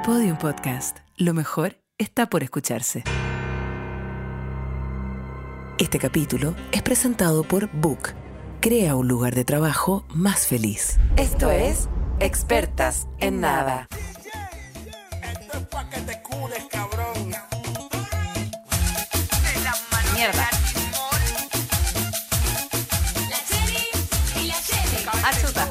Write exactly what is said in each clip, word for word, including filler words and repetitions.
Podium Podcast. Lo mejor está por escucharse. Este capítulo es presentado por Book. Crea un lugar de trabajo más feliz. Esto es Expertas en Nada. Esto es pa' que te cules, cabrón. Mierda. La Cheri y la Cheri. Achuta.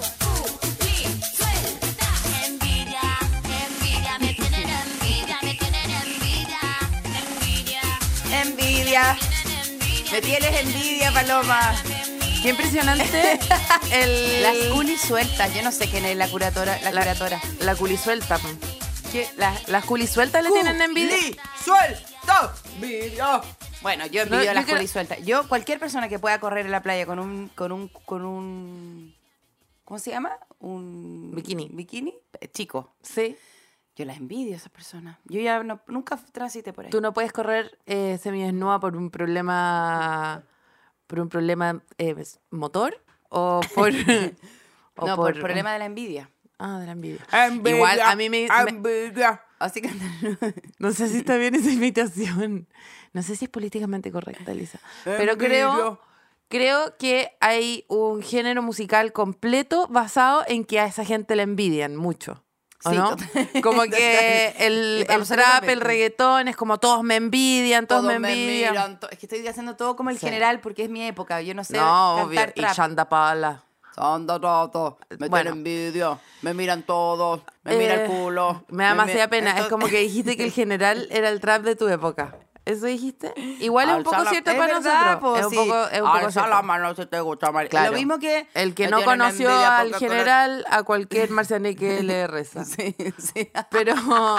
Suelta. Envidia, envidia, me tienen envidia, me tienen envidia. Envidia, Envidia. tienen envidia. Me tienes envidia, Paloma. Qué impresionante el... Las culis sueltas. Yo no sé quién es la curatora. La, La- curatora. La culisuelta. po. ¿Qué? La- Las culisueltas le tienen envidia. ¡Culi suelta! ¡Video! Bueno, yo No, envidio yo a las creo- culis sueltas. Yo, cualquier persona que pueda correr en la playa con un... Con un, con un ¿cómo se llama? Un... Bikini. Bikini. eh, Chico. Sí. Yo las envidio a esas personas. Yo ya no, nunca transité por ahí. Tú no puedes correr eh, semidesnuda por un problema... Por un problema eh, motor o por... o no, por el problema de la envidia. Ah, de la envidia. Envidia, Igual a mí me... me- envidia. Así que... no sé si está bien esa imitación. No sé si es políticamente correcta, Elisa. Pero creo... Envidio. Creo que hay un género musical completo basado en que a esa gente le envidian mucho. ¿O Sí, no? total- Como que el, el trap, el reggaetón es como todos me envidian, todos, Todos me envidian. miran, to- es que estoy haciendo todo como el Sí. general porque es mi época. Yo no sé No, cantar obvio. Y trap. Shanda Pala. Anda, todo. Me Bueno. tienen envidia. Me miran todos. Me mira Eh, el culo. Me da demasiada mi- pena. Entonces- Es como que dijiste que el general era el trap de tu época. ¿Eso dijiste? Igual es un Alza poco la- cierto es para verdad, nosotros. po, es un sí. poco, es un poco Alza cierto. la mano si te gusta, María. Claro. Lo mismo que... El que Me no tienen conoció envidia al porque- general, a cualquier marcianeque le reza. Sí, sí. Pero,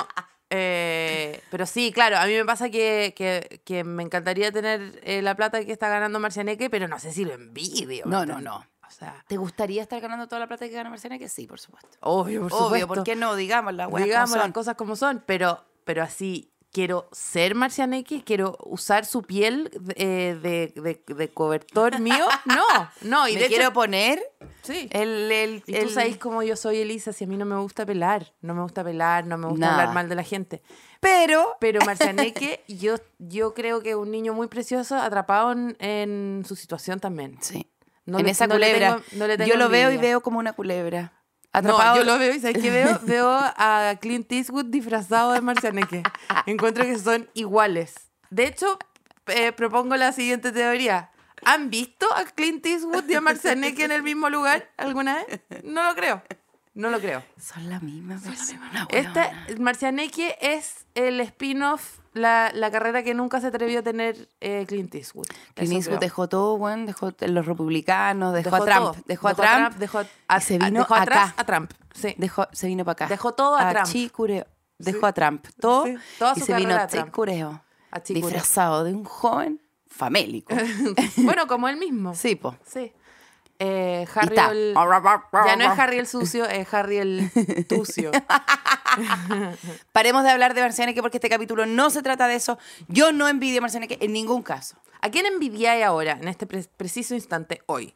eh, pero sí, claro, a mí me pasa que, que, que me encantaría tener eh, la plata que está ganando Marcianeque, pero no sé si lo envidio. No, ¿me no, entiendes? no. O sea, ¿Te gustaría estar ganando toda la plata que gana Marciana? Que sí, por supuesto. obvio, por supuesto. Obvio, ¿por qué no? Digamos las weas Digamos como las son. cosas como son, pero, pero así, quiero ser Marcianeque, quiero usar su piel eh, de, de, de cobertor mío. No, no, y Me de quiero hecho, poner sí. el... el, Y tú el- sabes cómo yo soy, Elisa, si a mí no me gusta pelar, no me gusta pelar, no me gusta Nada. hablar mal de la gente. Pero... Pero Marcianeque, yo, yo creo que es un niño muy precioso, atrapado en, en su situación también. Sí. No en le- esa no le culebra. tengo- no le tengo yo lo veo y envidia. veo como una culebra. No, Atrapado. yo lo veo y ¿sabes qué veo? Veo a Clint Eastwood disfrazado de Marcianeque. Encuentro que son iguales. De hecho, eh, propongo la siguiente teoría. ¿Han visto a Clint Eastwood y a Marcianeque en el mismo lugar alguna vez? No lo creo. No lo creo. Son la misma persona. Este, weona. Marcianeque es el spin-off, la, la carrera que nunca se atrevió a tener eh, Clint Eastwood. Clint Eso Eastwood creo. dejó todo, weón. Dejó los republicanos, dejó, Dejó a Trump. todo. Dejó a Trump. Dejó, y se vino dejó atrás acá. a Trump. Sí. Dejó, se vino para acá. Dejó todo a Trump. Chicureo. Dejó Sí. a Trump. Todo. Sí. Toda y su se vino carrera a a Trump. Chicureo. A Chicureo. Disfrazado de un joven famélico. Bueno, como él mismo. Sí, po. Sí. Eh, Harry está. el... Ya no es Harry el sucio, es Harry el tucio. Paremos de hablar de Marcianeque porque este capítulo no se trata de eso. Yo no envidio a Marcianeque en ningún caso. ¿A quién envidiáis ahora, en este pre- preciso instante, hoy?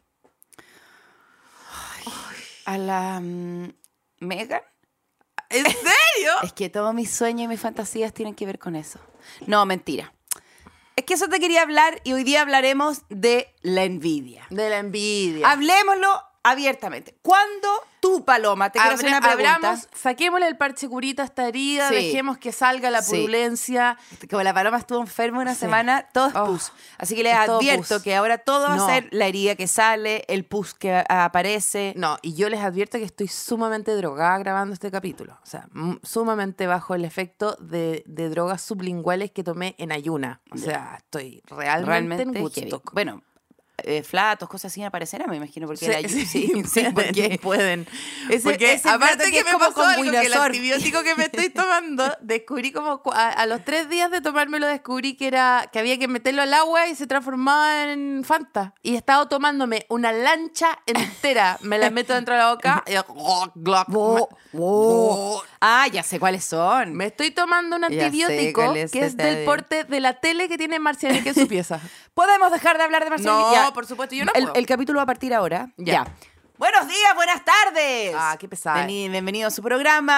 A la mm, Megan. ¿En serio? Es que todos mis sueños y mis fantasías tienen que ver con eso. No, mentira. Es que eso te quería hablar y hoy día hablaremos de la envidia. De la envidia. Hablemoslo abiertamente. ¿Cuándo tú, Paloma, te quiero hacer una Abra- pregunta? abramos, saquémosle el parche curita a esta herida, Sí. dejemos que salga la Sí. purulencia. Como la Paloma estuvo enferma una Sí. semana, todo es Oh, pus. Así que les es todo advierto pus. que ahora todo va No. a ser la herida que sale, el pus que a- aparece. No, y yo les advierto que estoy sumamente drogada grabando este capítulo. O sea, m- sumamente bajo el efecto de, de drogas sublinguales que tomé en ayuna. O sea, estoy realmente, Realmente en heavy. Woodstock. Bueno, eh, flatos, cosas así aparecerán, me imagino, porque Sí, la- sí, sí, sí, pueden, porque pueden. Ese- Porque ese aparte plato que, que me es como pasó con algo, que el Buinosor. antibiótico que me estoy tomando, descubrí como cu- a, a los tres días de tomármelo, descubrí que era que había que meterlo al agua y se transformaba en Fanta. Y he estado tomándome una lancha entera, me la meto dentro de la boca y gloc, gloc, Bo- ma- bo- Ah, ya sé cuáles son. me estoy tomando un Ya sé antibiótico cuál es que es ese del de- porte de la tele que tiene Marcianeque en su pieza. ¿Podemos dejar de hablar de Marcelo? No, Ya. por supuesto, yo no el, puedo. el capítulo va a partir ahora. Ya. Buenos días, buenas tardes. Ah, qué pesada. Vení- bienvenido a su programa.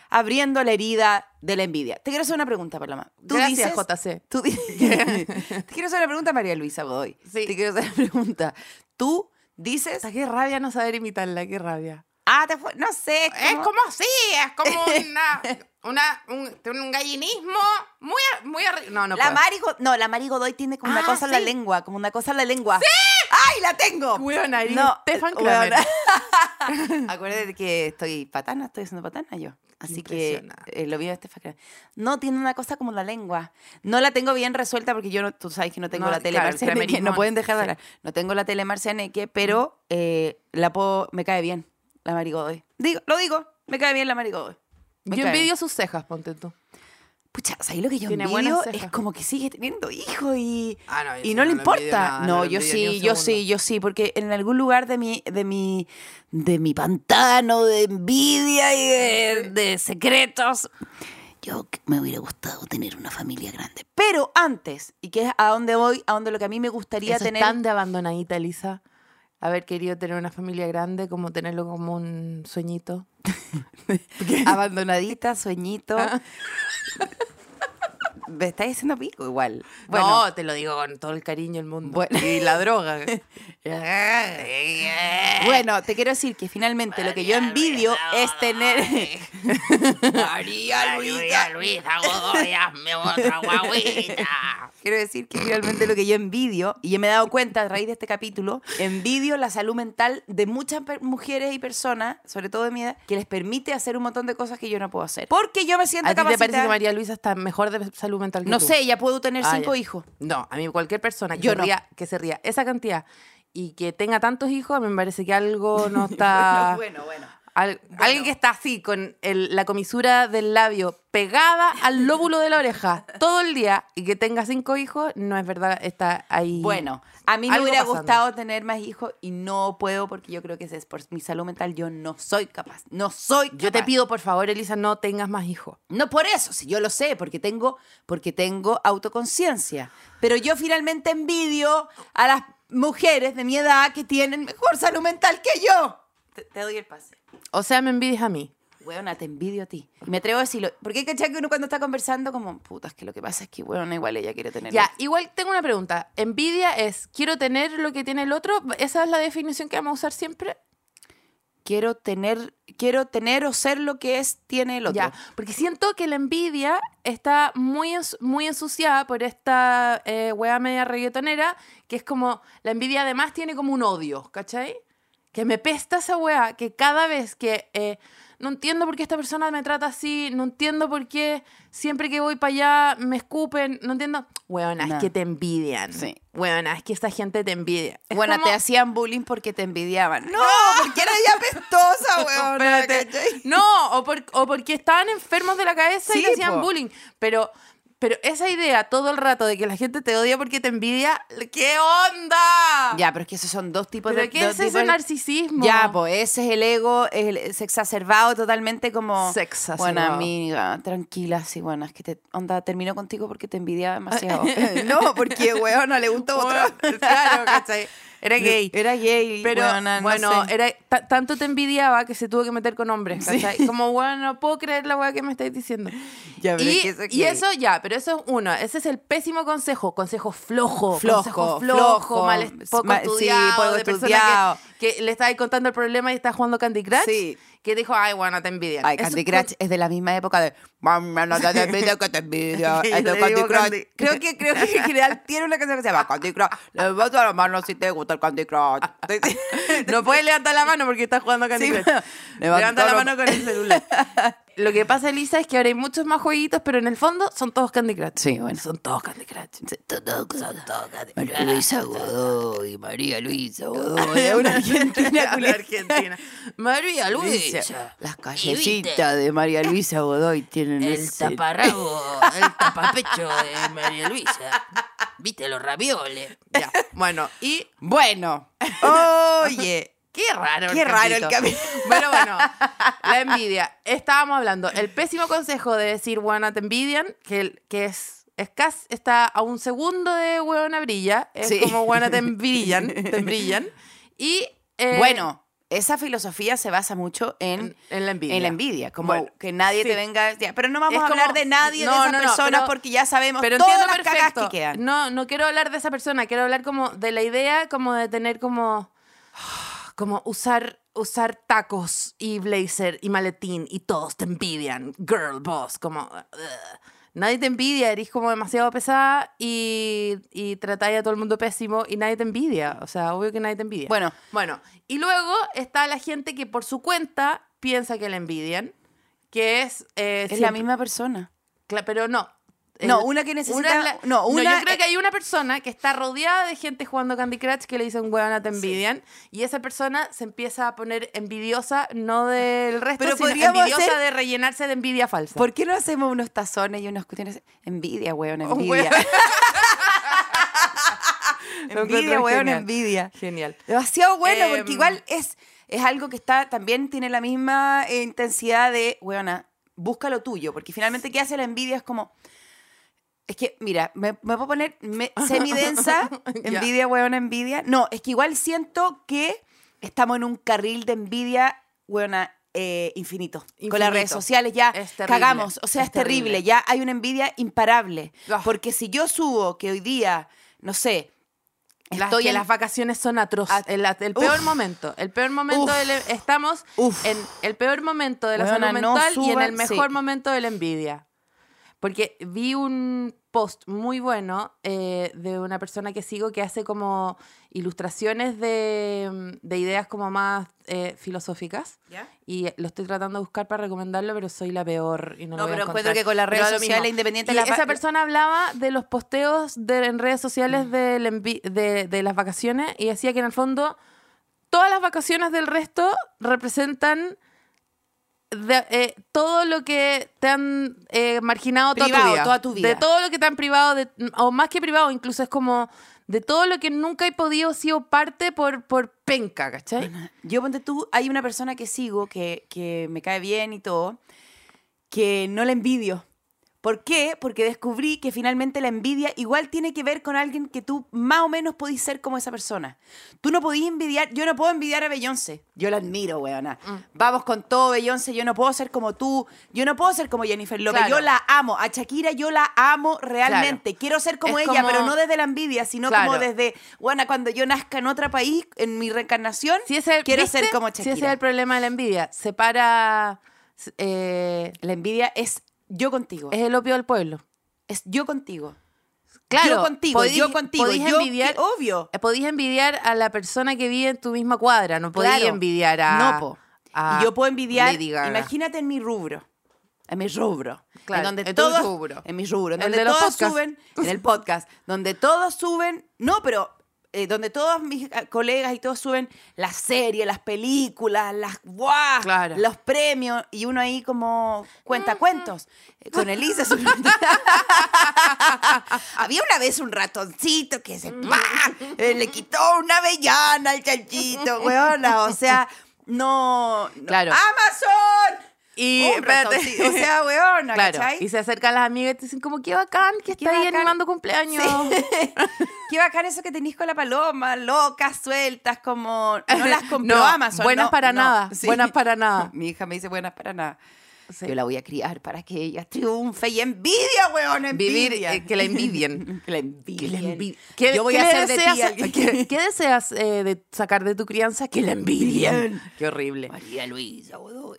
abriendo la herida de la envidia. Te quiero hacer una pregunta, Paloma. Tú Gracias, dices, J C. tú di- Te quiero hacer una pregunta, María Luisa Godoy. Sí. Te quiero hacer una pregunta. Tú dices... Hasta qué rabia no saber imitarla, qué rabia. Ah, te fue... No sé. Es como así, es como una, una, un, un gallinismo muy, muy arriba. No, no la puedo. Mari Go- No, la Mari Godoy tiene como una Ah, cosa en la sí. lengua. Como una cosa en la lengua. ¡Sí! ¡Ay, la tengo! Hueona, eres No, Stefan hueona. Kramer. Acuérdate que estoy patana, estoy haciendo patana yo. Así que Impresionante. eh, lo mío de Stefan Kramer. No, tiene una cosa como la lengua. No la tengo bien resuelta porque yo, no, tú sabes que no tengo No, la tele claro, el Marcianeque. kramerismo, No pueden dejar de sí. hablar. No tengo la tele Marcianeque, pero eh, la puedo, me cae bien la Mari Godoy. Digo, lo digo, me cae bien la Mari Godoy. Me Yo cae envidio bien. sus cejas, ponte tú. Pucha, ¿sabes lo que yo Tiene envidio? buenas cejas. Es como que sigue teniendo hijos y, Ah, no, yo y sí, no, no le lo envidio importa. nada, no no, lo yo envidio ni sí, un yo segundo. sí, yo sí, porque en algún lugar de mi, de mi, de mi pantano de envidia y de, de secretos, yo me hubiera gustado tener una familia grande. Pero antes, y que es a donde voy, a donde lo que a mí me gustaría Eso tener... es tan de abandonadita, Elisa. Haber querido tener una familia grande, como tenerlo como un sueñito. Abandonadita, sueñito. Me estáis diciendo pico igual. Bueno, No, te lo digo con todo el cariño del mundo. Bueno. Y la droga. Bueno, te quiero decir que finalmente lo que yo envidio es tener... María Luisa, Luisa Godoy, hazme otra guaguita. Quiero decir que finalmente lo que yo envidio, y yo me he dado cuenta a raíz de este capítulo, envidio la salud mental de muchas per- mujeres y personas, sobre todo de mi edad, que les permite hacer un montón de cosas que yo no puedo hacer. Porque yo me siento ¿A ti te capacitada... parece que María Luisa está mejor de salud mental que No tú? sé, ya puedo tener Ah, cinco ya. hijos. No, a mí cualquier persona que, Yo se no. ría, que se ría esa cantidad y que tenga tantos hijos, a mí me parece que algo no está... bueno, bueno. Al- Alguien que está así, con el- la comisura del labio pegada al lóbulo de la oreja todo el día y que tenga cinco hijos, no es verdad, está ahí. Bueno, a mí me algo hubiera pasando. gustado tener más hijos y no puedo porque yo creo que ese es por mi salud mental. Yo no soy capaz. No soy capaz. Yo te pido, por favor, Elisa, no tengas más hijos. No por eso, si yo lo sé, porque tengo, porque tengo autoconciencia. Pero yo finalmente envidio a las mujeres de mi edad que tienen mejor salud mental que yo. Te, te doy el pase. O sea, me envidias a mí. Weona, te envidio a ti. Y me atrevo a decirlo. Porque hay que que uno cuando está conversando como, puta, es que lo que pasa es que, weona, igual ella quiere tener... Ya, igual tengo una pregunta. ¿Envidia es quiero tener lo que tiene el otro? ¿Esa es la definición que vamos a usar siempre? Quiero tener, quiero tener o ser lo que es, tiene el otro. Ya, porque siento que la envidia está muy, ens- muy ensuciada por esta eh, wea media reggaetonera, que es como, la envidia además tiene como un odio, ¿cachai? Que me pesta esa wea, que cada vez que eh, no entiendo por qué esta persona me trata así, no entiendo por qué siempre que voy para allá me escupen, no entiendo. Weona, No. es que te envidian. Sí. Weona, es que esta gente te envidia. Es Bueno, como- te hacían bullying porque te envidiaban. No, porque era ya apestosa, weona. Espérate. ¿cachai? No, o, por- o porque estaban enfermos de la cabeza y Sí, le hacían po. bullying. Pero, pero esa idea todo el rato de que la gente te odia porque te envidia, ¿qué onda? Ya, pero es que esos son dos tipos ¿Pero de... qué dos es ese tipos de- narcisismo? Ya, pues ese es el ego, es el- es exacerbado totalmente como... Sexacerbado. Buena amiga, tranquila, sí, bueno, es que te, onda, terminó contigo porque te envidiaba demasiado. no, porque, weón, no le gustó otro. Bueno, claro, ¿cachai? Era gay. Era gay, Pero weona, no bueno, sé. era, ta- tanto te envidiaba que se tuvo que meter con hombres, ¿cachai? Como, bueno, no puedo creer la weá que me estáis diciendo. Ya, pero y, es que eso es y gay. eso ya, pero eso es uno. Ese es el pésimo consejo. Consejo flojo. Flojo, consejo flojo, flojo, mal, poco ma- sí, estudiado, poco de persona estudiado. que, que le está ahí contando el problema y está jugando Candy Crush. Sí. Que dijo, ay, bueno, te envidian. Ay, Eso Candy es Crush es de la misma época de mamá, no te envidio que te envidio. Y Es de le Candy digo Crush. Candy. Creo que, creo que en general tiene una canción que se llama Candy Crush. Levanta la mano si te gusta el Candy Crush. No puedes levantar la mano porque estás jugando Candy Sí, Crush. pero- Levanta la Levantó- mano con el celular. Lo que pasa, Elisa, es que ahora hay muchos más jueguitos, pero en el fondo son todos Candy Crush. Sí, bueno. Son todos Candy Crush. Son todos Candy Crush. María Luisa Godoy, María Luisa Godoy. Es una argentina La culiada. Argentina. María Luisa. Las Y viste, callecitas de María Luisa Godoy tienen el ese... taparrabo, el tapapecho de María Luisa. ¿Viste los ravioles? Ya, bueno, y Bueno, oye... qué raro. Qué raro el capítulo. Bueno, bueno, la envidia. Estábamos hablando. El pésimo consejo de decir, bueno, te envidian, que, que es, es casi, está a un segundo de huevona brilla. Es Sí. como, bueno, te brillan, te brillan. Y, eh, Bueno, esa filosofía se basa mucho en, En- en la envidia. En la envidia, como Bueno, que nadie sí. te venga... ya, pero no vamos Es a hablar como- de nadie no, de esas no, no, personas pero- porque ya sabemos Pero todas entiendo las cagas perfecto. que quedan. No, no quiero hablar de esa persona, quiero hablar como de la idea como de tener como como usar usar tacos y blazer y maletín y todos te envidian, girl boss, como ugh. Nadie te envidia, eres como demasiado pesada y, y tratáis a todo el mundo pésimo y nadie te envidia, o sea, obvio que nadie te envidia. Bueno. bueno, y luego está la gente que por su cuenta piensa que le envidian, que es eh, Es la siempre- misma persona. Cla- pero no. No, El- una que necesita- una es la- no, una- yo creo que hay una persona que está rodeada de gente jugando Candy Crush que le dicen, huevona, te envidian. Y esa persona se empieza a poner envidiosa, no del resto, Pero sino podríamos envidiosa hacer- de rellenarse de envidia falsa. ¿Por qué no hacemos unos tazones y unas cuestiones? Envidia, weón, Un envidia. hueón. envidia, encuentro weón, genial. envidia. Genial. Demasiado bueno, Em, porque igual es, es algo que está también tiene la misma eh, intensidad de, weona, busca lo tuyo, porque finalmente ¿qué hace la envidia? Es como, es que, mira, me, me puedo poner me- semidensa, Ya. envidia, weona, envidia. No, es que igual siento que estamos en un carril de envidia, weona, eh, infinito. Con Infinito. las redes sociales ya Es terrible. cagamos, o sea, es, Es terrible. terrible. Ya hay una envidia imparable. Ah. Porque si yo subo que hoy día, no sé, Las, estoy que en las vacaciones son atroces. At- El, el peor Uf. momento. El peor momento Uf. del... Estamos Uf. en el peor momento de la Weona, salud no mental y en suban- el mejor sí. momento de la envidia. Porque vi un post muy bueno eh, de una persona que sigo que hace como ilustraciones de, de ideas como más eh, filosóficas. ¿Ya? Y lo estoy tratando de buscar para recomendarlo, pero soy la peor y no, No, lo voy a pero encuentro encontrar. que con las Pero redes da lo sociales, mismo. independiente Y de las va- esa persona hablaba de los posteos de, en redes sociales de, la envi- de, de las vacaciones y decía que en el fondo todas las vacaciones del resto representan de- eh, todo lo que te han eh, marginado toda tu, Privado, vida. toda tu vida. De todo lo que te han privado, de, o más que privado, incluso es como de todo lo que nunca he podido sido parte por, por penca, ¿cachai? Yo, ponte tú, hay una persona que sigo que, que me cae bien y todo, que no la envidio. ¿Por qué? Porque descubrí que finalmente la envidia igual tiene que ver con alguien que tú más o menos podís ser como esa persona. Tú no podís envidiar, yo no puedo envidiar a Beyoncé. Yo la admiro, weona. Mm. Vamos con todo, Beyoncé, yo no puedo ser como tú, yo no puedo ser como Jennifer López, Claro. yo la amo. A Shakira yo la amo realmente. Quiero ser como Es ella, como- pero no desde la envidia, sino Claro. como desde, weona, cuando yo nazca en otro país, en mi reencarnación, Si ese, quiero ¿viste? ser como Si Shakira. ese es el problema de la envidia. Separa... eh, La envidia es yo contigo. es el opio del pueblo. Es yo contigo. Claro, yo contigo, podís- yo contigo. podís yo, envidiar- que- obvio. Eh, Podís envidiar a la persona que vive en tu misma cuadra, no podís Claro. envidiar a... No, po. a Y yo puedo envidiar, Lady Gaga. imagínate en mi rubro. En mi rubro. Claro, en donde en tu todos, rubro. En mi rubro. En El donde de los todos podcasts. suben, en el podcast, donde todos suben, no, pero eh, donde todos mis eh, colegas y todos suben las series, las películas, las ¡guau! Claro. los premios, y uno ahí como cuenta cuentos. Eh, Con Elisa. su- Había una vez un ratoncito que se ¡pah! Eh, le quitó una avellana al chanchito, weona. O sea, no. no. Claro. ¡Amazon! Y, Un espérate. ratoncito, o sea, weona, Claro, ¿cachai? y se acercan las amigas y te dicen como, qué bacán que Qué está ahí bacán. animando cumpleaños. Qué bacán eso que tenéis con la paloma, locas, sueltas, como... No las compró No, Amazon. buenas no, para no. nada, Sí. buenas para nada. Mi hija me dice buenas para nada. Sí. Yo la voy a criar para que ella triunfe y envidia, weón, envidia. Vivir, eh, que la envidien. que la envidien. Que la envi- ¿Qué, Yo voy qué a le hacer de ti deseas, alguien ¿qué, qué deseas eh, de sacar de tu crianza? Que la envidien. Qué horrible. María Luisa, Godoy.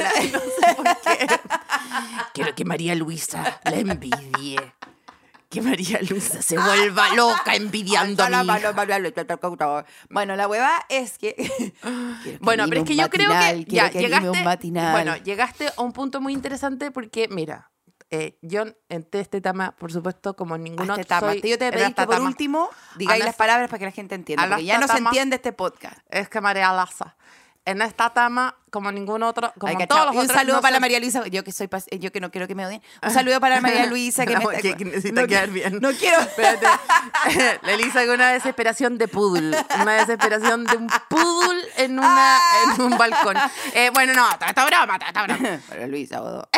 Quiero que María Luisa la envidie. Que María Luisa se vuelva loca envidiando a mi hija. Bueno, la hueva es que... quiero Bueno, anime pero es un que yo creo matinal, que quiero ya anime llegaste, un matinal. bueno, llegaste a un punto muy interesante porque, mira, eh, yo en este tema, por supuesto, como ninguno Hazte tama. soy Yo te en pedí esta que por tama. último digáis Ana- las palabras para que la gente entienda, Ana porque ya no se tama. entiende este podcast. Es que María Laza, en esta tama, como ningún otro, como Ay, en cachao. todos los Y un otros, saludo no para la se- María Luisa, yo que soy pas- yo que no quiero que me odien. Un saludo para la María Luisa que, No, me está... que- que necesita no, quedar bien. No quiero. Espérate. La Elisa con una desesperación de poodle. Una desesperación de un poodle en, una, en un balcón. Eh, bueno, no, esta esta broma, esta broma. María Luisa, Godo.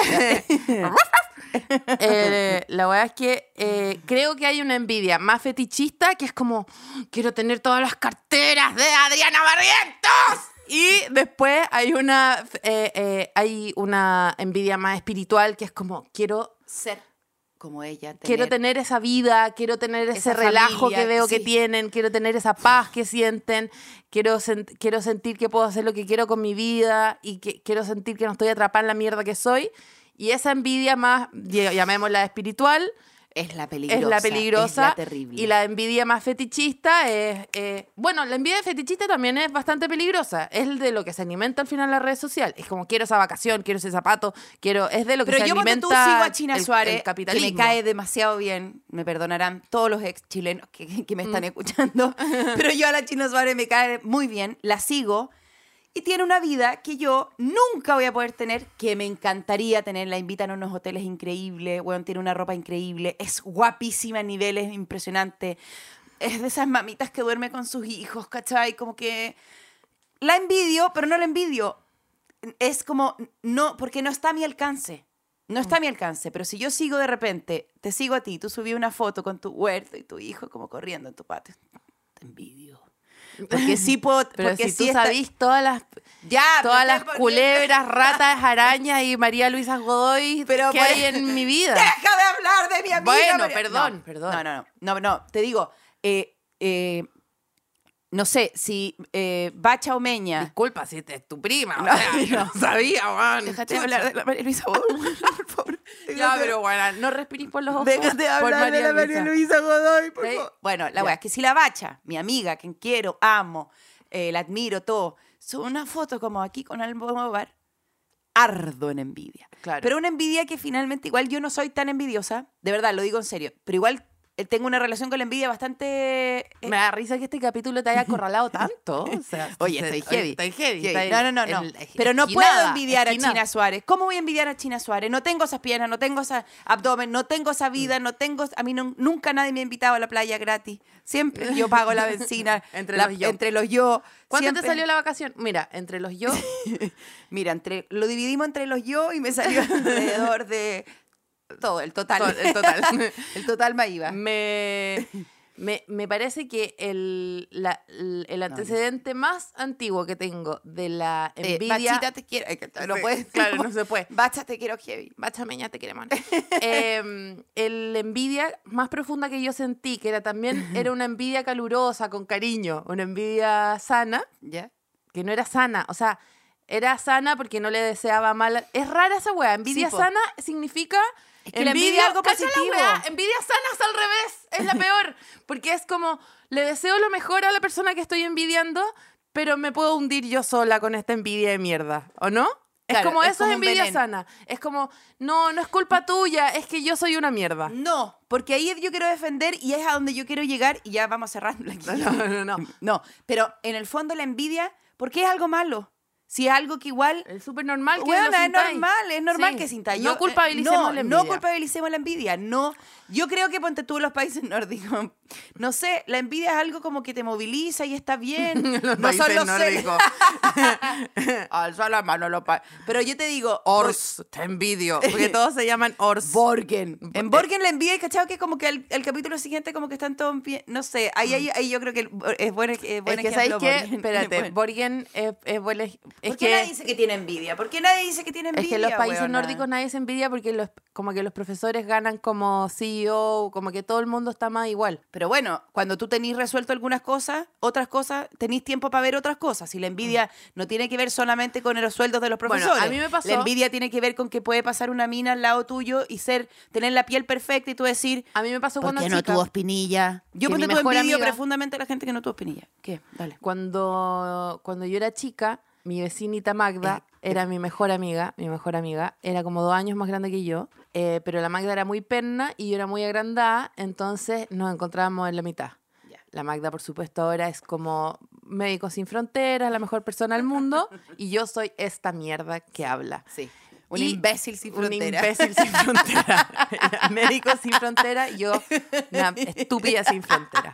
Eh, la verdad es que eh, creo que hay una envidia más fetichista que es como, quiero tener todas las carteras de Adriana Barrientos. Y después hay una, eh, eh, hay una envidia más espiritual que es como, quiero Ser como ella. Tener, Quiero tener esa vida, quiero tener ese esa relajo familia, que veo que sí. tienen, quiero tener esa paz que sienten, quiero, sent- quiero sentir que puedo hacer lo que quiero con mi vida y que quiero sentir que no estoy atrapada en la mierda que soy. Y esa envidia más, ll- llamémosla espiritual, Es la peligrosa. es la peligrosa. Es la terrible. Y la envidia más fetichista es... eh, bueno, la envidia fetichista también es bastante peligrosa. Es el de lo que se alimenta al final la red social. Es como, quiero esa vacación, quiero ese zapato, quiero... Es de lo que Pero se yo ponte alimenta tú sigo a China el- Suárez, el que capitalismo. me cae demasiado bien. Me perdonarán todos los ex chilenos que, que me están escuchando. Pero yo a la China Suárez me cae muy bien. La sigo. Y tiene una vida que yo nunca voy a poder tener, que me encantaría tener. La invitan a unos hoteles increíbles, bueno, tiene una ropa increíble, es guapísima a niveles impresionantes. Es de esas mamitas que duerme con sus hijos, ¿cachai? Como que la envidio, pero no la envidio. Es como, no, porque no está a mi alcance. No está a mi alcance, pero si yo sigo de repente, te sigo a ti, tú subí una foto con tu huerto y tu hijo como corriendo en tu patio. Te envidio. Porque sí puedo... Pero porque si sí tú está- sabís todas las... Ya, Todas pero las te- culebras, ratas, arañas y María Luisa Godoy Pero que pues- hay en mi vida. Deja de hablar de mi amiga. Bueno, María- perdón, No, perdón. No, no, no, no, no, te digo, eh, eh, no sé, si eh, Bacha Omeña... Disculpa si te, es tu prima, o No, sea, yo no sabía, man. Déjate de hablar de la María Luisa Godoy, por favor. Ya, Déjate- pero bueno, no respirís por los ojos. Déjate de por hablar de la María Luisa Godoy, por Sí. favor. Bueno, la Ya. wea es que si la Bacha, mi amiga, quien quiero, amo, eh, la admiro, todo, sube una foto como aquí con Almodóvar, ardo en envidia. Claro. Pero una envidia que finalmente, igual yo no soy tan envidiosa, de verdad, lo digo en serio, pero igual eh, tengo una relación con la envidia bastante... eh, Me da risa que este capítulo te haya acorralado tanto. O sea, Oye, estoy heavy. Estoy heavy. heavy. estoy No, no, no, no. en- Pero no esquinada, puedo envidiar esquinada. a China Suárez. ¿Cómo voy a envidiar a China Suárez? No tengo esas piernas, no tengo ese abdomen, no tengo esa vida, no tengo... A mí no- nunca nadie me ha invitado a la playa gratis. Siempre yo pago la benzina. Entre la- los yo. Entre los yo. ¿Cuánto Siempre- te salió la vacación? Mira, entre los yo... Mira, entre, lo dividimos entre los yo y me salió alrededor de... Todo, el total. Todo, el total. el total me iba. me, me, me parece que el, la- el, el antecedente más antiguo que tengo de la Eh, envidia... Bachita, te quiero. Ay, que no Sí, puedes. claro, no se puede. Bacha, te quiero heavy. Bacha meña, te quiere mal. Eh, el envidia más profunda que yo sentí, que era también era una envidia calurosa, con cariño, una envidia sana, ¿Ya? que no era sana, o sea, era sana porque no le deseaba mal. Es rara esa weá, envidia Sí, po. sana significa... Es que la envidia es algo ¿cacha la positivo. weá? Envidia sana es al revés, es la peor, porque es como, le deseo lo mejor a la persona que estoy envidiando, pero me puedo hundir yo sola con esta envidia de mierda, ¿o no? Es Claro, como es eso como es un envidia veneno. sana. Es como, no, no es culpa tuya, es que yo soy una mierda. No, porque ahí yo quiero defender y es a donde yo quiero llegar y ya vamos cerrando aquí. No, no, no. No, pero en el fondo la envidia, ¿por qué es algo malo? Si es algo que igual... Es súper normal que Bueno, lo es sintáis. normal, es normal Sí. que sintáis. No Yo, eh, culpabilicemos no, la envidia. No culpabilicemos la envidia, no. Yo creo que ponte tú en los países nórdicos. No sé, la envidia es algo como que te moviliza y está bien. Los no son países los seres- nórdicos. Alza la mano los pa- Pero yo te digo... Ors, te envidio. Porque todos se llaman Ors. Borgen. En Borgen la envidia, ¿cachado? Que como que el, el capítulo siguiente como que están todos en pie. No sé, ahí, ahí, ahí yo creo que el- es buen, es buen Es que, ejemplo. ¿sabéis qué? Borgen. Espérate, Bueno. Borgen es, es buen ej- es ¿Por qué que, nadie dice que tiene envidia? ¿Por qué nadie dice que tiene envidia? es que en los países weona? nórdicos nadie se envidia porque los, como que los profesores ganan como C E O, como que todo el mundo está más igual. Pero bueno, cuando tú tenés resuelto algunas cosas, otras cosas, tenés tiempo para ver otras cosas. Y la envidia no tiene que ver solamente con los sueldos de los Bueno, profesores. a mí me pasó- La envidia tiene que ver con que puede pasar una mina al lado tuyo y ser, tener la piel perfecta y tú decir, A mí me pasó ¿por cuando qué no chica. tuvo espinilla? Yo Que ponte mi tú mejor envidio amiga- profundamente a la gente que no tuvo espinilla. ¿Qué? Dale. Cuando, cuando yo era chica, mi vecinita Magda Eh, era mi mejor amiga, mi mejor amiga, era como dos años más grande que yo, eh, pero la Magda era muy perna y yo era muy agrandada, entonces nos encontrábamos en la mitad. Ya. La Magda, por supuesto, ahora es como Médicos Sin Fronteras, la mejor persona del mundo, y yo soy esta mierda que habla. Sí. Un Y imbécil sin frontera. Un imbécil sin frontera. Médicos sin frontera, yo una estúpida sin frontera.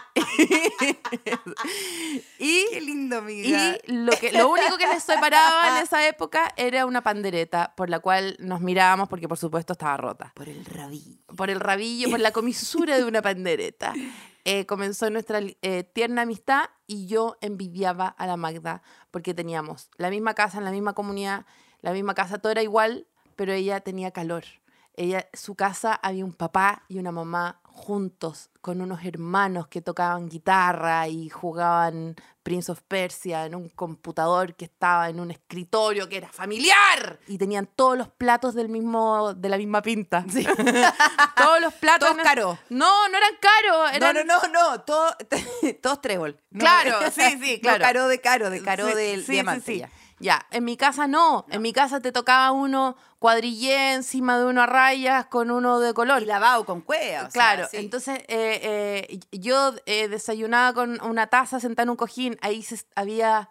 y Qué lindo, amiga. y lo, que, lo único que les separaba en esa época era una pandereta por la cual nos mirábamos porque por supuesto estaba rota. Por el rabillo. Por el rabillo, por la comisura de una pandereta. eh, comenzó nuestra eh, tierna amistad y yo envidiaba a la Magda porque teníamos la misma casa, en la misma comunidad, la misma casa, todo era igual, pero ella tenía calor. Ella, su casa había un papá y una mamá juntos, con unos hermanos que tocaban guitarra y jugaban Prince of Persia en un computador que estaba en un escritorio que era familiar. Y tenían todos los platos del mismo, de la misma pinta. Sí. Todos los platos. Todos caros. No, no eran caros. Eran... No, no, no, no, todo, todos trébol. No, Claro, sí, sí, claro. No caro de caro, de caro Sí, de sí, diamante. sí, sí. Ya. Ya, en mi casa no. En mi casa te tocaba uno cuadrillé encima de uno a rayas con uno de color. Y lavado con cueva. o sea, Claro, sí. entonces eh, eh, yo eh, desayunaba con una taza sentada en un cojín, ahí se, había,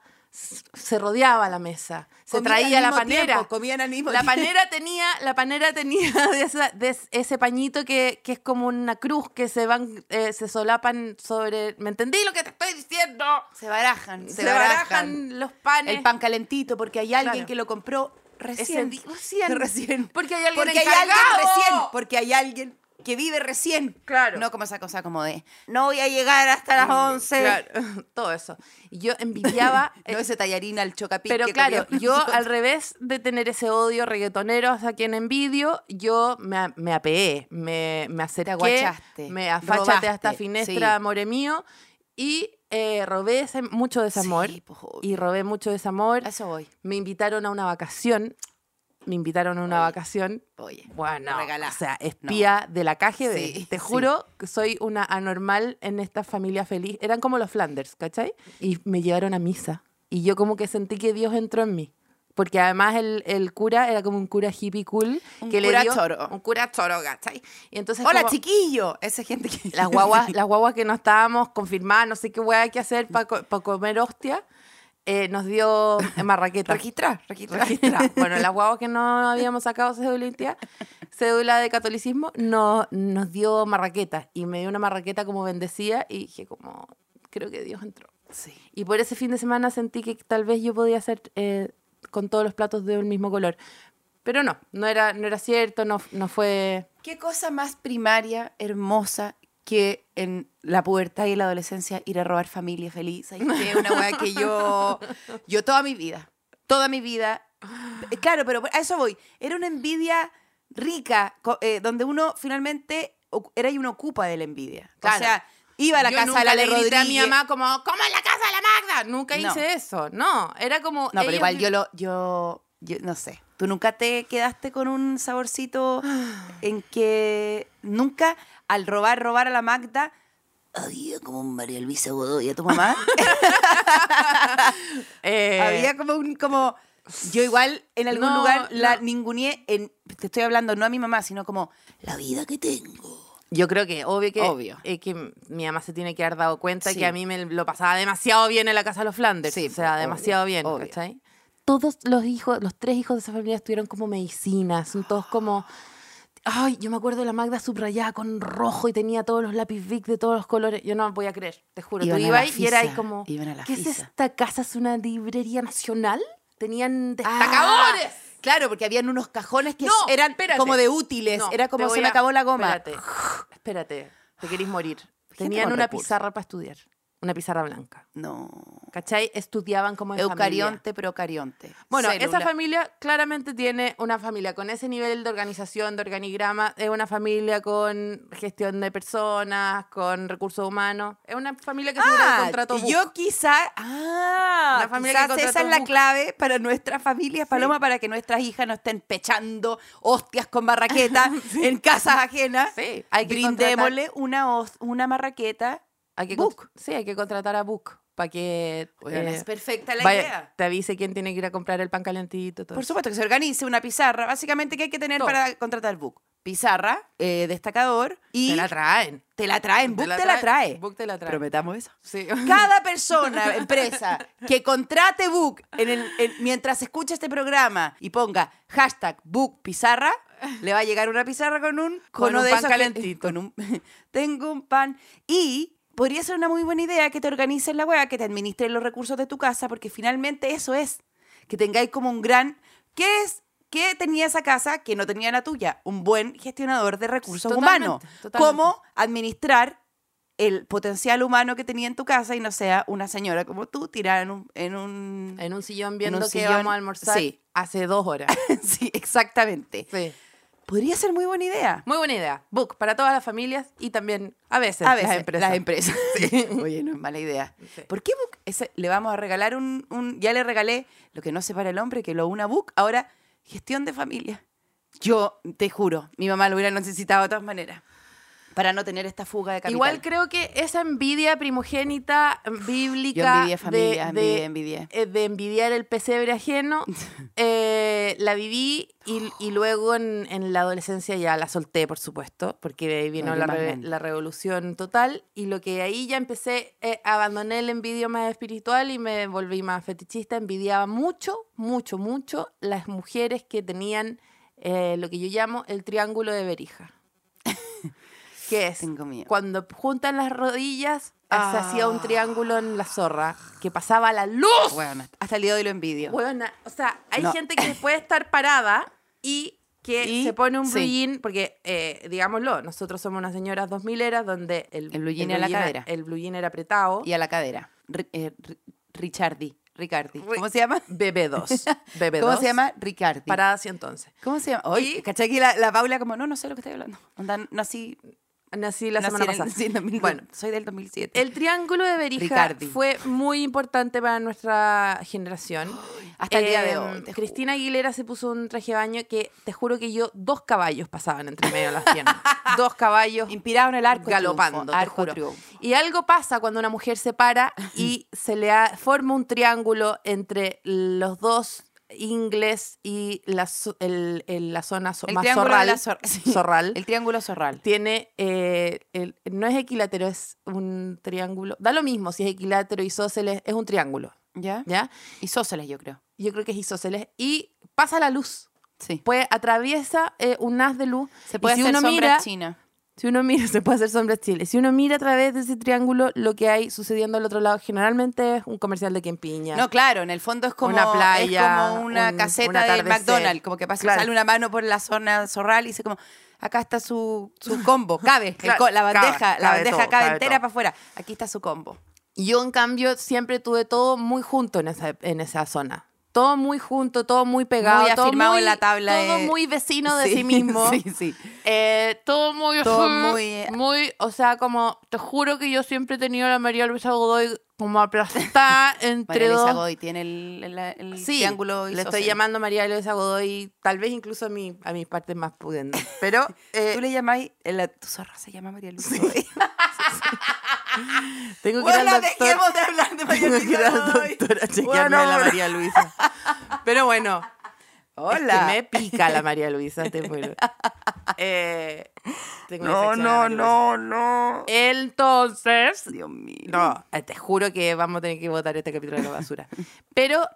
se rodeaba la mesa, se Comían traía al la mismo panera. tiempo, comían al mismo La tiempo. panera tenía, la panera tenía de, esa- de ese pañito que, que es como una cruz que se van, eh, se solapan sobre. ¿Me entendí lo que te estoy diciendo? Se barajan, Se, barajan los panes. El pan calentito porque hay alguien Claro. que lo compró recién. Ese di- recién. Recién. Porque hay alguien Porque hay alguien encargado. recién. Porque hay alguien que vive recién. Claro. No como esa cosa como de, no voy a llegar hasta las once. Claro, todo eso. Y yo envidiaba. No ese tallarín al chocapic. Pero que claro, comíamos yo nosotros. al revés de tener ese odio reggaetonero a quien envidio, yo me, a- me apeé, me, me acerqué, aguachaste, me afáchate a esta robaste, finestra, sí. amore mío, y eh, robé ese- mucho de ese amor. Sí, pues, obvio. Y robé mucho de ese amor. A eso voy. Me invitaron a una vacación. Me invitaron a una vacación. Oye, Bueno, me regalá. o sea, espía de la K G B. Sí, Te sí. juro que soy una anormal en esta familia feliz. Eran como los Flanders, ¿cachai? Y me llevaron a misa. Y yo como que sentí que Dios entró en mí. Porque además el, el cura era como un cura hippie cool. Un que cura le dio, choro. Un cura choro, ¿cachai? Y entonces Hola, como chiquillo. Esa gente que... las guaguas, las guaguas que no estábamos confirmadas, no sé qué hueá hay que hacer para comer hostia, eh, nos dio marraqueta. Registrar, registrar. Registrar. Bueno, las guaguas que no habíamos sacado cédula de identidad, cédula de catolicismo, no, nos dio marraqueta. Y me dio una marraqueta como bendecida y dije como, creo que Dios entró. Sí. Y por ese fin de semana sentí que tal vez yo podía hacer eh, con todos los platos del mismo color. Pero no, no era, no era cierto, no, no fue... ¿Qué cosa más primaria, hermosa, que en la pubertad y la adolescencia ir a robar familia feliz? Ahí es una weá que yo, yo toda mi vida, toda mi vida, eh, claro, pero a eso voy, era una envidia rica, co- eh, donde uno finalmente ocu- era y uno ocupa de la envidia. Claro. O sea, iba a la Yo casa nunca de la le de grité Rodríguez. a mi mamá como, ¿cómo en la casa de la Magda? Nunca No. hice eso. No, era como... No, pero ellos igual vi- yo lo, yo, yo no sé. ¿Tú nunca te quedaste con un saborcito en que nunca al robar, robar a la Magda había como un María Luisa Godoy a tu mamá? Eh, Había como un, como, yo igual en algún no, lugar la no. ninguneé, en, te estoy hablando no a mi mamá, sino como la vida que tengo. Yo creo que, obvio que, Obvio. eh, que mi mamá se tiene que haber dado cuenta Sí. que a mí me lo pasaba demasiado bien en la casa de los Flanders. Sí, o sea, obvio, demasiado bien, obvio. ¿cachai? Todos los hijos, los tres hijos de esa familia estuvieron como medicinas, son todos como... Ay, yo me acuerdo de la Magda subrayada con rojo y tenía todos los lápiz Bic de todos los colores. Yo no voy a creer, te juro. Iban Tú a ibas la ahí y era ahí Fisa, como... iban a la ¿Qué es Fisa. esta casa? ¿Es una librería nacional? Tenían Ah, destacadores. claro, porque habían unos cajones que No, eran espérate. como de útiles. No, Era como te se voy me a- acabó la goma. Espérate, espérate, te querís morir. Gente Tenían con una recursos. pizarra para estudiar, una pizarra blanca. No. ¿Cachai? Estudiaban como en familia. Eucarionte, procarionte. Bueno, Célula. esa familia claramente tiene una familia con ese nivel de organización, de organigrama. Es una familia con gestión de personas, con recursos humanos. Es una familia que seguro Ah, contrató y yo quizá, ah, Una familia quizás que esa contrató es la Buc. clave para nuestra familia, Paloma, para que nuestras hijas no estén pechando hostias con marraqueta en casas ajenas. Sí, hay que Brindémosle una, hos- una marraqueta. Hay que Book. con- Sí, hay que contratar a Book para que Bueno, eh, es perfecta la vaya- idea. te avise quién tiene que ir a comprar el pan calentito. Todo Por eso. supuesto que se organice una pizarra. Básicamente, ¿qué hay que tener Todo. para contratar Book? Pizarra, eh, destacador y Te la traen. te la traen. Book te la, traen. trae. Book te la trae. Prometamos eso. Sí. Cada persona, empresa, que contrate Book en el- en- mientras escucha este programa y ponga hashtag Book Pizarra, le va a llegar una pizarra con un Con cono un de pan esos que- calentito. con un, tengo un pan. Y podría ser una muy buena idea que te organices la wea, que te administres los recursos de tu casa, porque finalmente eso es. Que tengáis como un gran... ¿Qué es? ¿Qué tenía esa casa que no tenía la tuya? Un buen gestionador de recursos Totalmente, humanos. totalmente. ¿Cómo administrar el potencial humano que tenía en tu casa y no sea una señora como tú tirada en un... En un, En un sillón en viendo un que sillón, vamos a almorzar sí. hace dos horas. sí, exactamente. Sí. Podría ser muy buena idea. Muy buena idea. Book para todas las familias y también a veces, A veces, las empresas. Las empresas. Oye, no es mala idea. Sí. ¿Por qué Book? Ese- le vamos a regalar un, un... Ya le regalé lo que no separa el hombre, que lo una Book. Ahora, gestión de familia. Yo, te juro, mi mamá lo hubiera necesitado de todas maneras. Para no tener esta fuga de capital. Igual creo que esa envidia primogénita bíblica Yo envidié familia, de, de, envidié, envidié. eh, de envidiar el pesebre ajeno, eh, la viví y, y luego en, en la adolescencia ya la solté, por supuesto, porque de ahí vino Valió la, más re- grande. la revolución total y lo que ahí ya empecé, eh, abandoné el envidio más espiritual y me volví más fetichista, envidiaba mucho, mucho, mucho las mujeres que tenían eh, lo que yo llamo el triángulo de Berija. ¿Qué es? Tengo miedo. Cuando juntan las rodillas, Ah. se hacía un triángulo en la zorra, que pasaba la luz. Bueno, hasta el día de hoy lo envidio. Huevona, o sea, hay No. gente que puede estar parada y que Y- se pone un sí. blue jean, porque, eh, digámoslo, nosotros somos unas señoras dos mileras donde el, El blue jean a la cadera. El blue jean era apretado. Y a la cadera. Ri- eh, Ri- Richardi. Ricardi. Ri- ¿Cómo se llama? B B dos. B B dos. ¿Cómo se llama? Ricardi. Parada así entonces. ¿Cómo se llama? Oye, ¿cachai que la, la Paula como, no, no sé lo que estoy hablando? Onda, nací, Nací la nací semana en el- pasada. sí, en dos mil Bueno, soy del dos mil siete. el triángulo de Berija Ricardi. fue muy importante para nuestra generación. hasta el día de Eh, hoy, te Cristina Aguilera se puso un traje de baño que te juro que yo, dos caballos pasaban entre medio de las piernas. dos caballos Inspirado en el arco galopando, triunfo, te arco juro. triunfo. Y algo pasa cuando una mujer se para y se le ha- forma un triángulo entre los dos ingles y la, zo- el- el- la zona zo- El más triángulo zorral. de la zor- sí, zorral. El triángulo zorral. Tiene, eh, el- no es equilátero, es un triángulo. Da lo mismo si es equilátero, isósceles, es un triángulo, ¿Ya? ¿ya? Isósceles, yo creo. Yo creo que es isósceles. Y pasa la luz. Sí. Pues atraviesa eh, un haz de luz. Se puede y si hacer uno sombra mira, china. si uno mira, se puede hacer sombras chile. Si uno mira a través de ese triángulo, lo que hay sucediendo al otro lado generalmente es un comercial de Quempiña. No, claro, en el fondo es como Una playa, es como una un- caseta un del atardecer. McDonald's, como que pasa, Claro. sale una mano por la zona zorral y dice como, acá está su, su combo, cabe, el Claro, co- la bandeja, cabe, la cabe bandeja todo, cabe cabe entera todo. para afuera, aquí está su combo. Yo, en cambio, siempre tuve todo muy junto en esa, en esa zona. Todo muy junto, todo muy pegado. Muy todo afirmado muy- en la tabla Todo de- muy vecino de Sí, sí mismo. sí, sí. Eh, todo muy... Todo muy- Muy, o sea, como... Te juro que yo siempre he tenido a la María Luisa Godoy como aplastada entre María Luisa dos... Godoy tiene el, el- el Sí, triángulo le isósceles. estoy llamando María Luisa Godoy, tal vez incluso a, mi, a mis partes más pudientes. Pero... eh, Tú le llamáis, el- tu zorra se llama María Luisa Godoy. tengo que ir al Bueno, doctor. dejemos de hablar de María Tengo que ir Luisa al Godoy. doctor a chequearme Bueno, a la bueno. María Luisa. Pero bueno... Hola. Es que me pica la María Luisa, te juro. Eh, tengo una No, infección en la no, María Luisa. no, no. Entonces, Dios mío. no, eh, te juro que vamos a tener que votar este capítulo de la basura. Pero,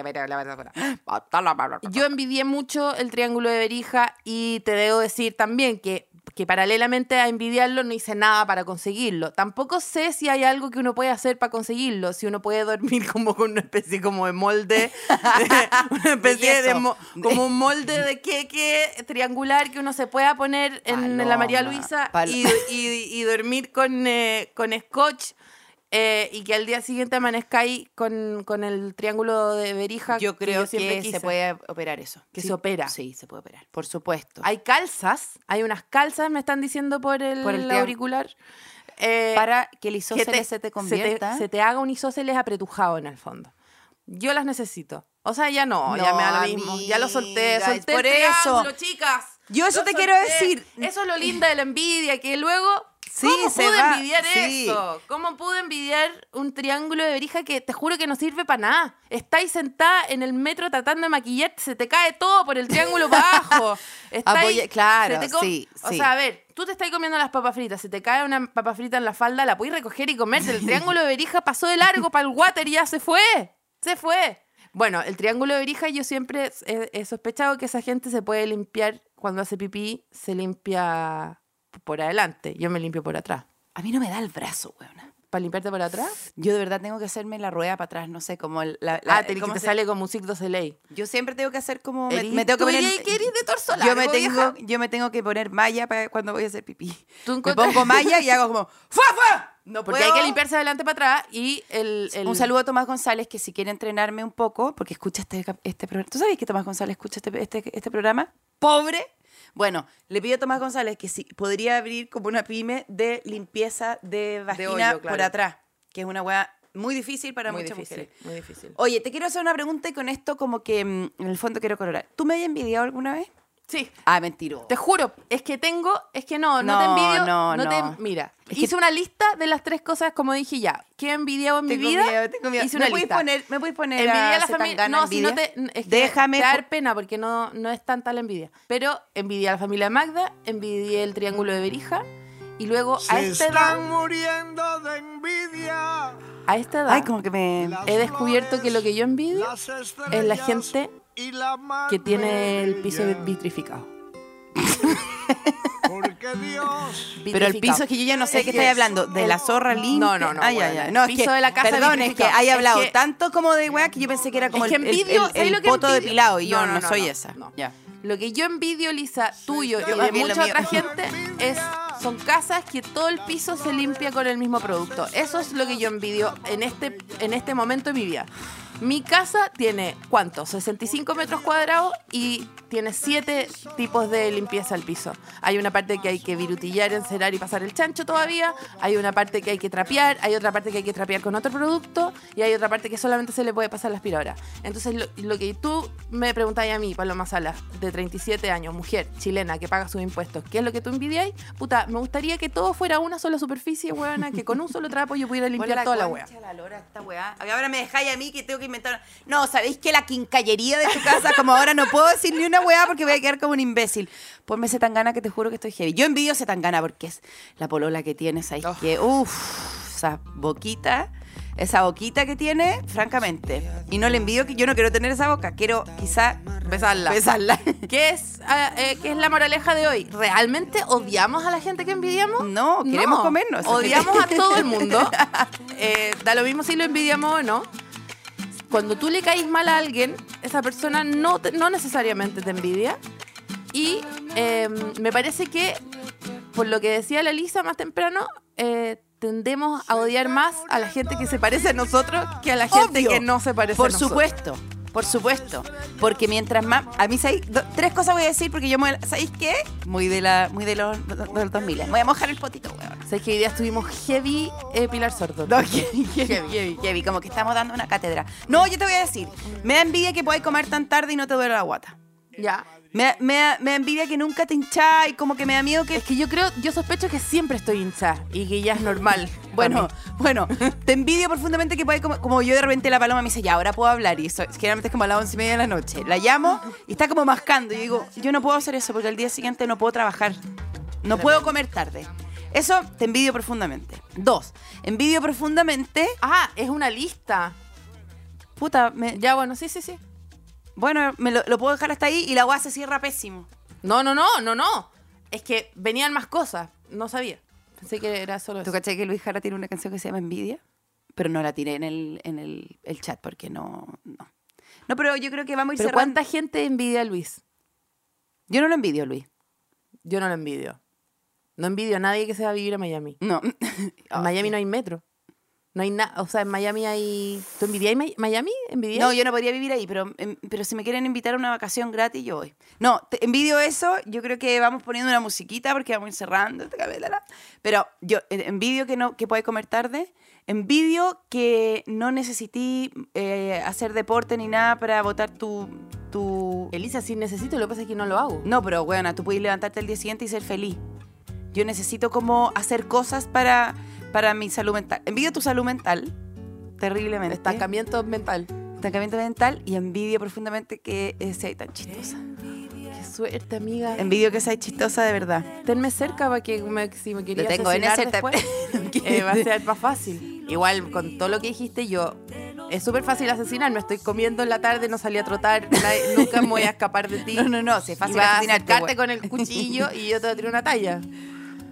yo envidié mucho el triángulo de Berija y te debo decir también que, que paralelamente a envidiarlo no hice nada para conseguirlo. Tampoco sé si hay algo que uno puede hacer para conseguirlo, si uno puede dormir como con una especie como de molde, una especie de, yeso. mo- como un molde de queque triangular que uno se pueda poner en la María Paloma, Luisa pal- y, y- y dormir con, eh, con scotch. eh, y que al día siguiente amanezca ahí con, con el triángulo de Berija. Yo creo siempre que quise. se puede operar eso. Que Sí. se opera. Sí, se puede operar. Por supuesto. Hay calzas, hay unas calzas, me están diciendo por el, Por el triángulo. auricular. eh, Para que el que isósceles se te convierta. Se te, haga un isósceles apretujado en el fondo. Yo las necesito. O sea, ya no, ya No, me da lo mismo. Ya lo solté, amiga, solté por el eso. triángulo, chicas. Yo eso Lo te quiero solté. decir. Eso es lo lindo de la envidia, que luego... Sí, ¿Cómo se pude va, envidiar sí. eso? ¿Cómo pude envidiar un triángulo de Berija que te juro que no sirve para nada? Estáis sentada en el metro tratando de maquillarte, se te cae todo por el triángulo para abajo. Estáis- Apoya- claro, se te com- sí, O sí. sea, a ver, tú te estás comiendo las papas fritas, se te cae una papa frita en la falda, la puedes recoger y comerte. El triángulo de Berija pasó de largo para el water y ya se fue. Se fue. Bueno, el triángulo de Berija yo siempre he, he sospechado que esa gente se puede limpiar cuando hace pipí, se limpia por adelante. Yo me limpio por atrás. A mí no me da el brazo, weona. ¿Para limpiarte por atrás? Yo de verdad tengo que hacerme la rueda para atrás, no sé, como el- la... la Ah, te, ¿cómo te se- sale como Music de Soleil. Yo siempre tengo que hacer como... Me, Eres- me tengo que tú poner... eres- que eres de torso yo, me largo, tengo, vieja. yo me tengo que poner malla para cuando voy a hacer pipí. Tú Me encontras- pongo malla y hago como... ¡Fua, fua! No Porque puedo. hay que limpiarse adelante para atrás y el... el- Un saludo a Tomás González, que si quiere entrenarme un poco, porque escucha este, cap- este programa. ¿Tú sabes que Tomás González escucha este, este, este programa? ¡Pobre! Bueno, le pido a Tomás González que si podría abrir como una pyme de limpieza de vagina hoyo, por claro. atrás, que es una weá muy difícil para Muy muchas difícil, mujeres. muy difícil. Oye, te quiero hacer una pregunta y con esto como que mm, en el fondo quiero colorar. ¿Tú me habías envidiado alguna vez? Sí. Ah, mentiro. Te juro, es que tengo, es que no, no, No, te envidio, no, no, no. te, mira, Es que- hice una lista de las tres cosas, como dije ya, ¿qué he envidiado en mi Tengo vida? miedo, tengo miedo. Hice ¿Me una puedes lista. poner, ¿Me puedes poner Envidia a a la familia. Zetangana No, si no te. envidia? Es que Déjame. te va a por- dar pena porque no, no es tanta la envidia. Pero envidié a la familia de Magda, envidié el triángulo de Berija. Y luego a Se esta están edad, muriendo de envidia. a esta edad Ay, como que me... he descubierto que lo que yo envidio Las es la estrellas gente y la mar que tiene el piso bella. vitrificado. Porque Dios Pero el piso es que yo ya no sé de qué estáis hablando. ¿De la zorra limpia? No, no, no, Ay, bueno, ay, ay. el No, es piso que, de la casa perdón, es que vitrificado. hay Es hablado que- tanto como de weá que yo pensé que era como Es que el, el- envidio, el, ¿sabes el lo que poto envidio? depilado y yo No, no, no, no, soy no, esa. no. Ya. Lo que yo envidio, Lisa, tuyo Yo y más de bien lo mucha mío. otra gente es son casas que todo el piso se limpia con el mismo producto. Eso es lo que yo envidio en este, en este momento de mi vida. Mi casa tiene, ¿cuánto? sesenta y cinco metros cuadrados y tiene siete tipos de limpieza al piso. Hay una parte que hay que virutillar, encerar y pasar el chancho todavía. Hay una parte que hay que trapear. Hay otra parte que hay que trapear con otro producto. Y hay otra parte que solamente se le puede pasar la aspiradora. Entonces, lo, lo que tú me preguntáis a mí, Paloma Salas, de treinta y siete años, mujer chilena que paga sus impuestos, ¿qué es lo que tú envidiáis? Puta, me gustaría que todo fuera una sola superficie, huevona, que con un solo trapo yo pudiera limpiar Ponle toda la concha hueá. a la lora a esta weá. Ahora me dejáis a mí que tengo que inventar. No, ¿sabéis que la quincallería de tu casa, como ahora no puedo decir ni una weá porque voy a quedar como un imbécil? Ponme Zetangana que te juro que estoy heavy. Yo envidio Zetangana porque es la polola que tiene, ¿sabéis Oh. qué? Uf, esa boquita, esa boquita que tiene, francamente. Y no le envidio que yo no quiero tener esa boca, quiero quizá Besarla. besarla. ¿Qué es, ah, eh, ¿Qué es la moraleja de hoy? ¿Realmente odiamos a la gente que envidiamos? No, queremos comernos. Odiamos a todo el mundo. Eh, da lo mismo si lo envidiamos o no. Cuando tú le caes mal a alguien, esa persona no, te- no necesariamente te envidia. Y eh, me parece que, por lo que decía la Lisa más temprano, eh, tendemos a odiar más a la gente que se parece a nosotros que a la gente Obvio. que no se parece Por a nosotros. supuesto, por supuesto. Porque mientras más. A mí, ¿sabéis? Do- tres cosas voy a decir porque yo me. ¿Sabéis qué? Muy de, la, muy de los, de los dos mil. Me voy a mojar el potito, weón. Sabes que hoy día estuvimos heavy eh, Pilar Sordo. No, heavy, heavy, heavy, heavy, como que estamos dando una cátedra. No, yo te voy a decir. Me da envidia que podáis comer tan tarde y no te duele la guata. Ya. Me, da- me, da- me da envidia que nunca te hinchás y como que me da miedo que. Es que yo creo, yo sospecho que siempre estoy hinchada y que ya es normal. Bueno, para mí. bueno, te envidio profundamente que podáis comer. Como yo de repente la paloma me dice, ya, ahora puedo hablar. Y eso, generalmente es como a las once y media de la noche. La llamo y está como mascando. Y yo digo, yo no puedo hacer eso porque al día siguiente no puedo trabajar. No puedo comer tarde. Eso te envidio profundamente. Dos, envidio profundamente. Ah, es una lista. Puta, me- Ya, bueno, sí, sí, sí. bueno, me lo, lo puedo dejar hasta ahí y la weá se cierra pésimo. No, no, no, no, no. Es que venían más cosas. No sabía. Pensé que era solo ¿Tú eso. caché que Luis Jara tiene una canción que se llama Envidia? Pero no la tiré en el, en el, el chat porque no, no. No, pero yo creo que vamos a ir Pero cerrando. ¿cuánta gente envidia a Luis? Yo no lo envidio, Luis. Yo no lo envidio. No envidio a nadie que se va a vivir a Miami. No. En Miami no hay metro. No hay nada. O sea, en Miami hay... ¿Tú envidias Mi- Miami? ¿Envidias? No, yo no podría vivir ahí, pero, em, pero si me quieren invitar a una vacación gratis, yo voy. No, te envidio eso. Yo creo que vamos poniendo una musiquita porque vamos a ir cerrando. Pero yo eh, envidio que no que podáis comer tarde. Envidio que no necesití eh, hacer deporte ni nada para botar tu... tu... Elisa, sí necesito, lo que pasa es que no lo hago. No, pero bueno, tú puedes levantarte el día siguiente y ser feliz. Yo necesito como hacer cosas para, para mi salud mental. Envidio tu salud mental, terriblemente. Estancamiento mental. Estancamiento mental y envidio profundamente que eh, seas tan chistosa. Qué suerte, amiga. Envidio que seas chistosa de verdad. Tenme cerca para que me, si me querías Lo tengo en asesinar ese después, eh, va a ser más fácil. Igual, con todo lo que dijiste, yo... Es súper fácil asesinar. Me estoy comiendo en la tarde, no salí a trotar. nadie- nunca me voy a escapar de ti. No, no, no, si es fácil Y vas a asesinarte, acercarte güey. con el cuchillo y yo te voy a tirar una talla.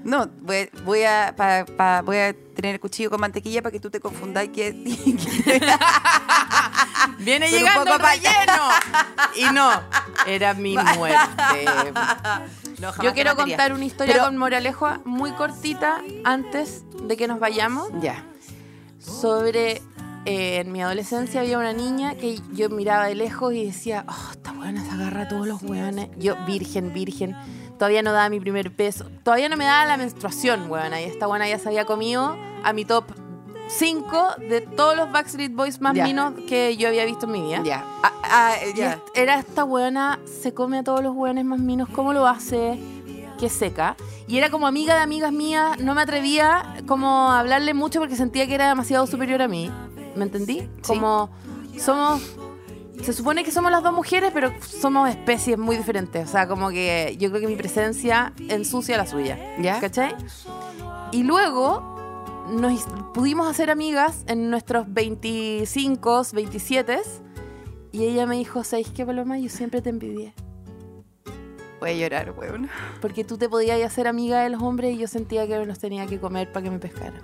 No, voy, voy a pa, pa, voy a tener el cuchillo con mantequilla para que tú te confundas que, que Viene Con un llegando poco el pa- relleno. Y no, era mi muerte. No, jamás Yo te quiero mataría. contar una historia Pero- con moralejo muy cortita antes de que nos vayamos. Ya. Sobre, eh, en mi adolescencia había una niña que yo miraba de lejos y decía, oh, esta buena se agarra a todos los hueones. Yo, virgen, virgen, todavía no daba mi primer beso. Todavía no me daba la menstruación, huevona. Y esta buena ya se había comido a mi top cinco de todos los Backstreet Boys más Ya. minos que yo había visto en mi vida. Ya. Ah, ah, Y ya. est- era esta hueona, se come a todos los hueones más minos, ¿cómo lo hace? Qué seca. Y era como amiga de amigas mías, no me atrevía como a hablarle mucho porque sentía que era demasiado superior a mí. ¿Me entendí? Como somos... Se supone que somos las dos mujeres, pero somos especies muy diferentes. O sea, como que yo creo que mi presencia ensucia la suya. ¿Ya? ¿Cachai? Y luego nos his- pudimos hacer amigas en nuestros veinticinco, veintisiete. Y ella me dijo, ¿sabes qué, Paloma? Yo siempre te envidié. Voy a llorar, weón. Porque tú te podías hacer amiga de los hombres y yo sentía que los tenía que comer para que me pescaran.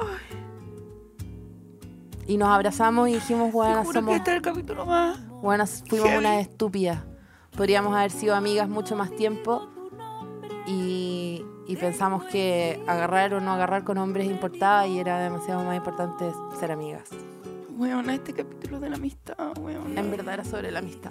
Y nos abrazamos y dijimos, bueno, somos... este es el capítulo más. Bueno, fuimos unas estúpidas. Podríamos haber sido amigas mucho más tiempo y, y pensamos que agarrar o no agarrar con hombres importaba y era demasiado más importante ser amigas. Weón, este capítulo de la amistad, weón. En verdad era sobre la amistad.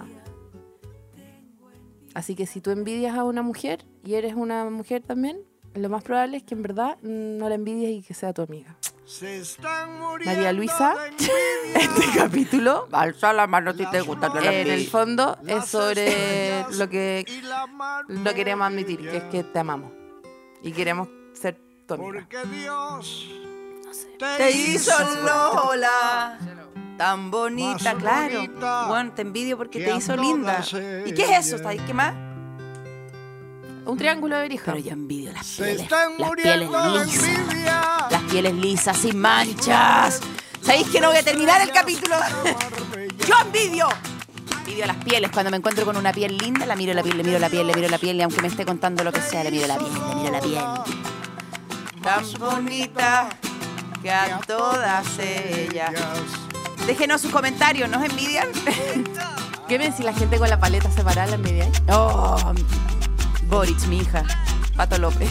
Así que si tú envidias a una mujer y eres una mujer también, lo más probable es que en verdad no la envidies y que sea tu amiga. María Luisa, este capítulo Alza la mano si te gusta que la en el envidia. fondo es sobre lo que no queremos admitir, que es que te amamos y queremos ser tu amiga. Porque Dios Te hizo Lola tan bonita, Más claro. bonita Bueno, te envidio porque que te a hizo linda. todas ¿Y qué es eso? ellas. ¿Sabes qué más? Un triángulo de verija. Pero yo envidio las se pieles. están Las pieles muriendo de lisas. envidia. Las pieles lisas, sin manchas. ¿Sabéis que no voy a terminar el capítulo? Yo envidio. Envidio las pieles. Cuando me encuentro con una piel linda, la miro la piel, le miro la piel, le miro la piel. Y aunque me esté contando lo que sea, le miro la piel, le miro la piel. Tan bonita que a todas ellas. Déjenos sus comentarios, ¿nos envidian? ¿Qué me decís la gente con la paleta separada la envidia? Oh, Boric, mi hija. Pato López.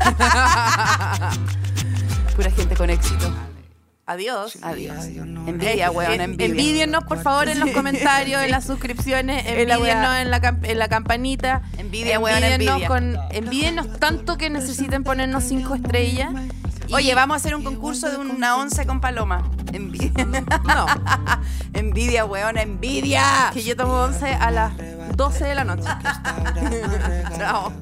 Pura gente con éxito. Adiós. Adiós. Envidia, weón, En- envidia. Envídiennos, por favor, en los comentarios, en las suscripciones, En la envídiennos weá. en la, cam- en la campanita. Envidia, weón, Envídiennos envidia. con- envídiennos tanto que necesiten ponernos cinco estrellas. Y- Oye, vamos a hacer un concurso de una once con Paloma. Envidia. No, Envidia, weón, envidia. que yo tomo once a las doce de la noche. Chao.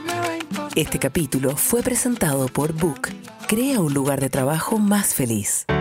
Este capítulo fue presentado por Book. Crea un lugar de trabajo más feliz.